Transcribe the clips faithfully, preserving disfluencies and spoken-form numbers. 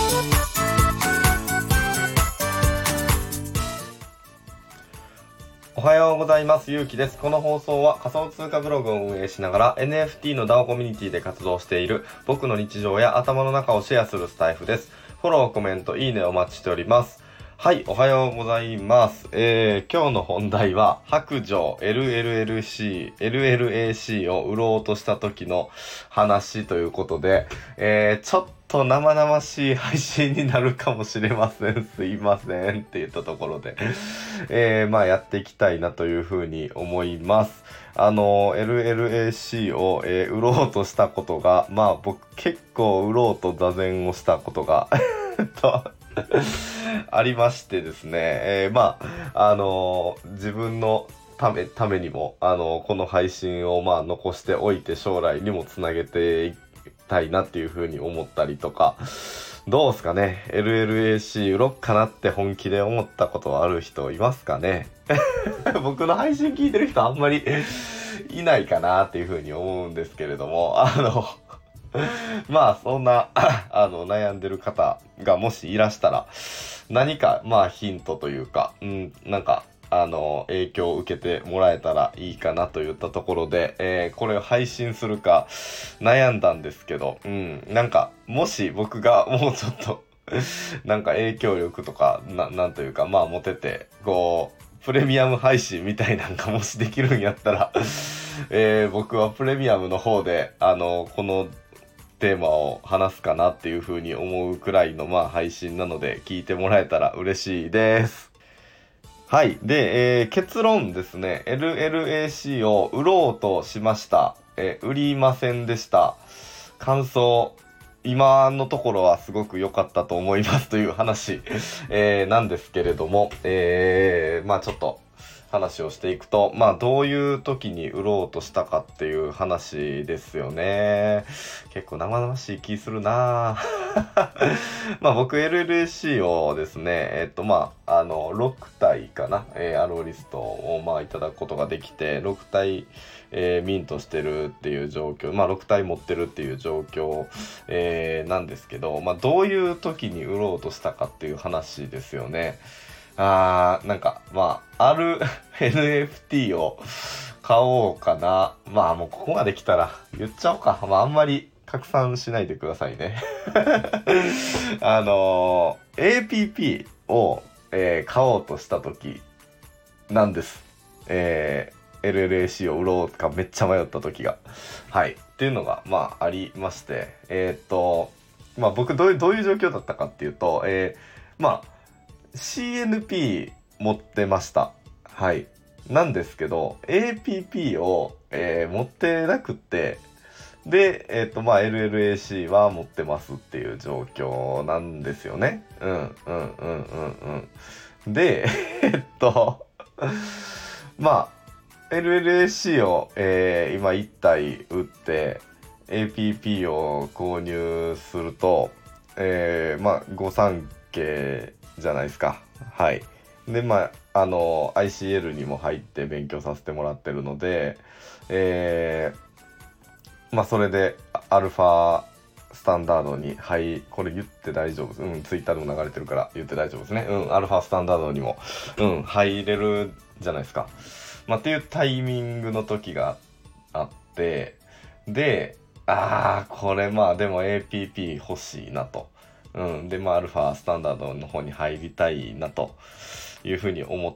おはようございます。ゆうきです。この放送は仮想通貨ブログを運営しながら エヌエフティー の ダオ コミュニティで活動している僕の日常や頭の中をシェアするスタイフです。フォロー、コメント、いいねお待ちしております。はい、おはようございます。えー、今日の本題は白状 エルエルエルシー、エルエルエーシー を売ろうとした時の話ということで、えー、ちょっと生々しい配信になるかもしれません。すいませんって言ったところで、えー、まあやっていきたいなというふうに思います。あの エルエルエーシー を、えー、売ろうとしたことが、まあ僕結構売ろうと座禅をしたことがとありましてですね、えー、まああのー、自分のためためにもあのー、この配信をまあ残しておいて将来にもつなげていきたいなっていうふうに思ったりとか、どうすかね、 エルエルエーシー 売ろっかなって本気で思ったことある人いますかね僕の配信聞いてる人あんまりいないかなっていうふうに思うんですけれども、あのまあそんなあの悩んでる方がもしいらしたら、何かまあヒントというか、うん、なんかあの影響を受けてもらえたらいいかなといったところで、えー、これを配信するか悩んだんですけど、うん、なんかもし僕がもうちょっとなんか影響力とかな、なんというかまあ持てて、こうプレミアム配信みたいなんかもしできるんやったら、えー、僕はプレミアムの方であのこのテーマを話すかなっていう風に思うくらいのまあ配信なので、聞いてもらえたら嬉しいです。はい。で、えー、結論ですね。エルエルエーシー を売ろうとしました。えー、売りませんでした。感想、今のところはすごく良かったと思いますという話、えー、なんですけれども、えー、まあちょっと話をしていくと、まあどういう時に売ろうとしたかっていう話ですよね。結構生々しい気するなまあ僕 エルエルエーシー をですね、えっとまああのろくたいかな、えー、アローリストをまあいただくことができて、ろくたい、えー、ミントしてるっていう状況、まあろくたい持ってるっていう状況、えー、なんですけど、まあどういう時に売ろうとしたかっていう話ですよね。あー、なんか、まあ、あるエヌエフティー を買おうかな。まあ、もうここまで来たら言っちゃおうか。まあ、あんまり拡散しないでくださいね。あのー、エーピーピー を、えー、買おうとした時なんです。えー、エルエルエーシー を売ろうかめっちゃ迷った時が。はい。っていうのが、まあ、ありまして。えー、っと、まあ、僕どういう、どういう状況だったかっていうと、えー、まあ、シーエヌピー 持ってました。はい。なんですけど、エーピーピー を、えー、持ってなくって、で、えっと、まあ、エルエルエーシー は持ってますっていう状況なんですよね。うん、うん、うん、うん、うん。で、えっと、まあ、エルエルエーシー を、えー、今いったい売って、エーピーピー を購入すると、えー、まあ、御三家じゃないですか。はい。で、まあ、あの、アイシーエル にも入って勉強させてもらってるので、えー、まあ、それで、アルファスタンダードに、はい、これ言って大丈夫です。うん、ツイッターでも流れてるから言って大丈夫ですね。うん、アルファスタンダードにも、うん、入れるじゃないですか。まあ、っていうタイミングの時があって、で、あー、これまあでも エーピーピー 欲しいなと。うん。で、まあ、アルファスタンダードの方に入りたいなというふうに思って、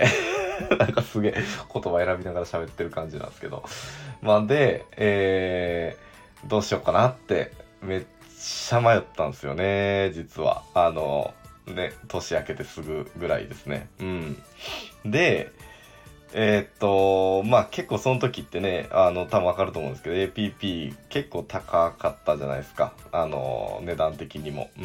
なんかすげえ言葉選びながら喋ってる感じなんですけど。まあ、で、えー、どうしようかなってめっちゃ迷ったんですよね、実は。あの、ね、年明けてすぐぐらいですね。うん。で、えーっと、まあ結構その時ってね、あの、多分わかると思うんですけど、エーピーピー 結構高かったじゃないですか。あの、値段的にも。うん。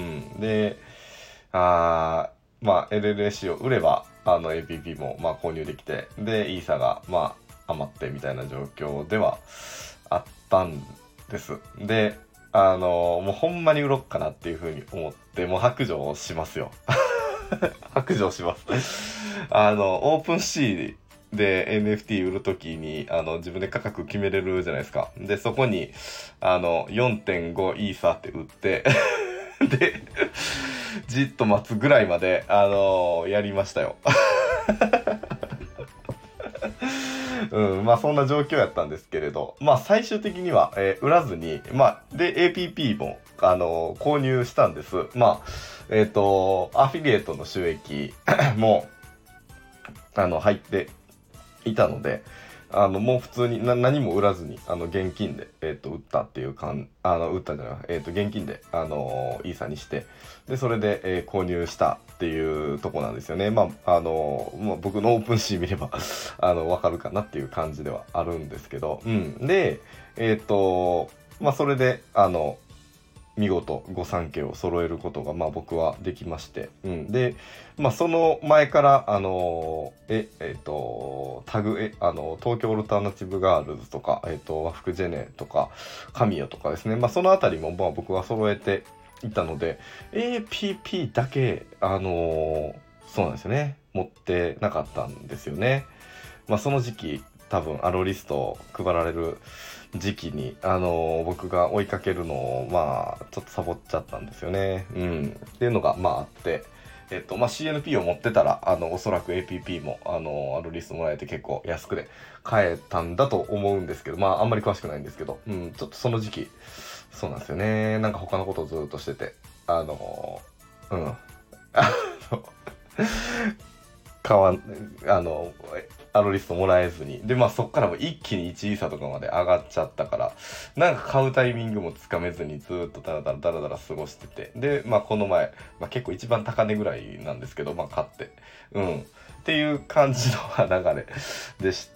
で、あー、まあ エルエルエーシー を売れば、あの エーピーピー もまあ購入できて、で、イーサがまあ余ってみたいな状況ではあったんです。で、あの、もうほんまに売ろっかなっていうふうに思って、もう白状をしますよ。白状します。あの、オープンシーで エヌエフティー 売るときに、あの、自分で価格決めれるじゃないですか。で、そこに、あの、よんてんごイーサって売って、で、 じっと待つぐらいまで、あのー、やりましたよ。うん、まあそんな状況やったんですけれど、まあ最終的には、えー売らずに、まあ、で、エーピーピー も、あのー購入したんです。まあ、えっと、アフィリエイトの収益も、あの、入っていたので、あの、もう普通にな何も売らずに、あの、現金で、えっと、売ったっていうかん、あの、売ったんじゃない、えっと、現金で、あの、イーサにして、で、それで、えー購入したっていうとこなんですよね。まあ、あの、まあ、僕のオープンシー見れば、あの、わかるかなっていう感じではあるんですけど、うん。で、えっと、まあ、それで、あの、見事御三家を揃えることが、まあ、僕はできまして、うん、で、まあ、その前からあのええっ、とタグえあの東京オルタナティブガールズとか、えっ、と和服ジェネとか神代とかですね、まあ、そのあたりも、まあ、僕は揃えていたので エーピーピー だけあのそうなんですよね、持ってなかったんですよね。まあ、その時期多分アローリストを配られる時期に、あのー僕が追いかけるのをまあちょっとサボっちゃったんですよね。うん、っていうのがまああって、えっとまあ、シーエヌピー を持ってたらあのおそらく エーピーピー も、あのーアローリストもらえて結構安くで買えたんだと思うんですけど、まああんまり詳しくないんですけど、うん、ちょっとその時期そうなんですよね。なんか他のことをずっとしてて、あのーうんあの買わんあのアロリストもらえずに、でまあそっからも一気にいちイーサとかまで上がっちゃったから、なんか買うタイミングもつかめずにずーっとダラダラダラダラ過ごしてて、でまあこの前、まあ、結構一番高値ぐらいなんですけど、まあ買ってうんっていう感じの流れでして、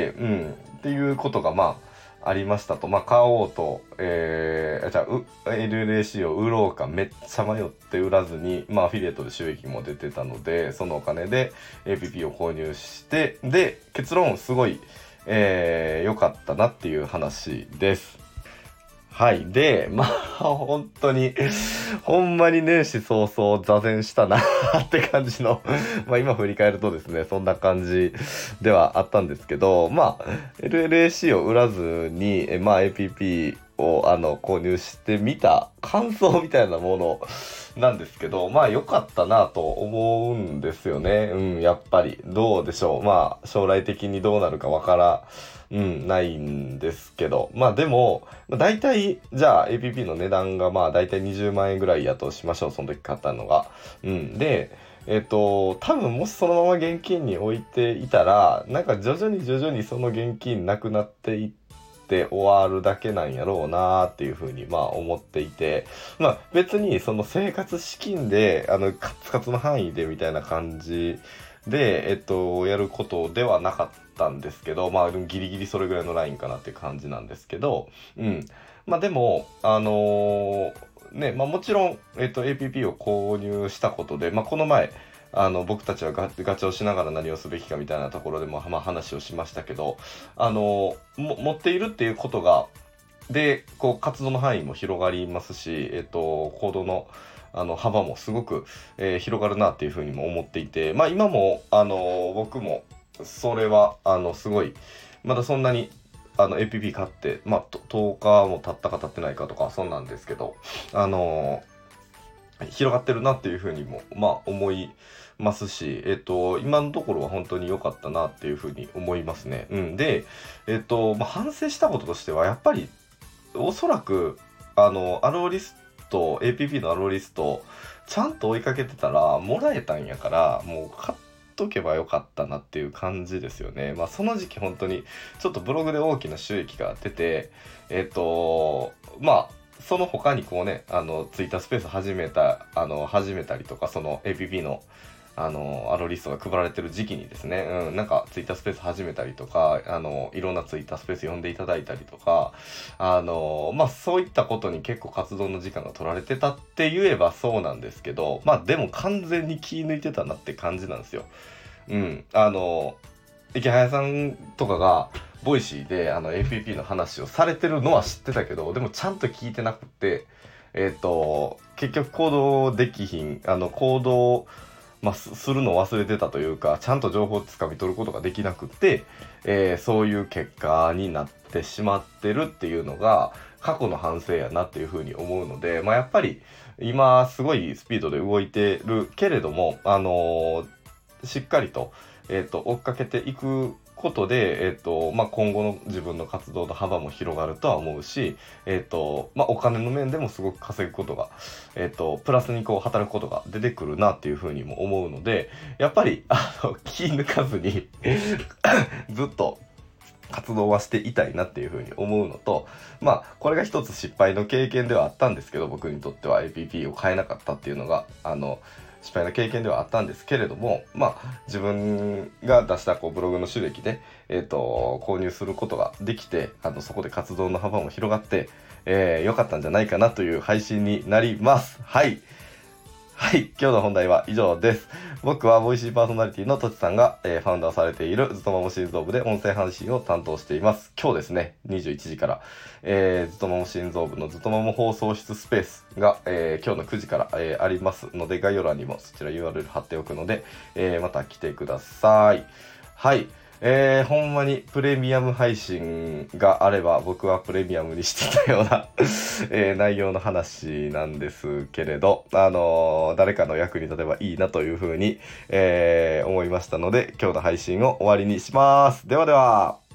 うんっていうことがまあありましたと。まあ買おうと、えー、じゃあう エルエルエーシー を売ろうかめっちゃ迷って売らずに、まあアフィリエイトで収益も出てたので、そのお金で エーピーピー を購入して、で結論すごいえー、良かったなっていう話です。はい。で、まあ、本当に、ほんまに年始早々座禅したなって感じのまあ今振り返るとですね、そんな感じではあったんですけど、まあ、エルエルエーシー を売らずに、えまあ エーピーピー をあの購入してみた感想みたいなものなんですけど、まあ良かったなと思うんですよね。うん、やっぱり。どうでしょう。まあ将来的にどうなるかわからうん、ないんですけど。まあでも、まあ、大体、じゃあ エーピーピー の値段がまあ大体にじゅうまん円ぐらいやとしましょう。その時買ったのが。うん。で、えっと、多分もしそのまま現金に置いていたら、なんか徐々に徐々にその現金なくなっていって終わるだけなんやろうなっていうふうにまあ思っていて、まあ別にその生活資金で、あの、カツカツの範囲でみたいな感じで、えっと、やることではなかったんですけど、まあ、ギリギリそれぐらいのラインかなっていう感じなんですけど、うん。まあ、でも、あのーね、まあ、もちろん、えっと、エーピーピー を購入したことで、まあ、この前、あの、僕たちはガガチャをしながら何をすべきかみたいなところでも、まあ、話をしましたけど、あのーも、持っているっていうことが、で、こう、活動の範囲も広がりますし、えっと、行動の、あの幅もすごく、えー広がるなっていうふうにも思っていて、まあ今も、あのー僕もそれはあのすごいまだそんなにあの エーピーピー 買って、まあ、ととおかも経ったか経ってないかとかそんなんですけど、あのー広がってるなっていうふうにもまあ思いますし、えっと今のところは本当に良かったなっていうふうに思いますね。うん、で、えっとまあ、反省したこととしてはやっぱりおそらくあのアローリスト エーピーピー のアローリストちゃんと追いかけてたらもらえたんやから、もう買っとけばよかったなっていう感じですよね。まあその時期本当にちょっとブログで大きな収益が出て、えっとまあその他にこうね、あのツイッタースペース始めたあの始めたりとか、その エーピーピー のあのアロリストが配られてる時期にですね、うん、なんかツイッタースペース始めたりとか、あのいろんなツイッタースペース呼んでいただいたりとか、あのまあそういったことに結構活動の時間が取られてたって言えばそうなんですけど、まあでも完全に気抜いてたなって感じなんですよ。うん、あの池早さんとかがボイシーであの エーピーピー の話をされてるのは知ってたけど、でもちゃんと聞いてなくて、えっと結局行動できひん、あの行動まあ、すするのを忘れてたというか、ちゃんと情報をつかみ取ることができなくて、えーそういう結果になってしまってるっていうのが過去の反省やなっていうふうに思うので、まあ、やっぱり今すごいスピードで動いてるけれども、あのーしっかりと、えっと、追っかけていくことで、えっと、まあ、今後の自分の活動の幅も広がるとは思うし、えっと、まあ、お金の面でもすごく稼ぐことが、えっと、プラスにこう働くことが出てくるなっていうふうにも思うので、やっぱり、あの、気抜かずにずっと活動はしていたいなっていうふうに思うのと、まあこれが一つ失敗の経験ではあったんですけど、僕にとっては エーピーピー を買えなかったっていうのがあの失敗の経験ではあったんですけれども、まあ自分が出したこうブログの収益で、えー、と購入することができて、あのそこで活動の幅も広がって、えー、良かったんじゃないかなという配信になります。はい。はい、今日の本題は以上です。僕はボイシーパーソナリティのとちさんが、えーファウンダーされているずともも心臓部で音声配信を担当しています。今日ですね、にじゅういちじから、えー、ずともも心臓部のずともも放送室スペースが、えー今日のくじから、えーありますので、概要欄にもそちら ユーアールエル 貼っておくので、えーまた来てください。はい。えー、ほんまにプレミアム配信があれば僕はプレミアムにしてたようなえー内容の話なんですけれど、あのー誰かの役に立てばいいなというふうに、えー思いましたので、今日の配信を終わりにします。ではでは。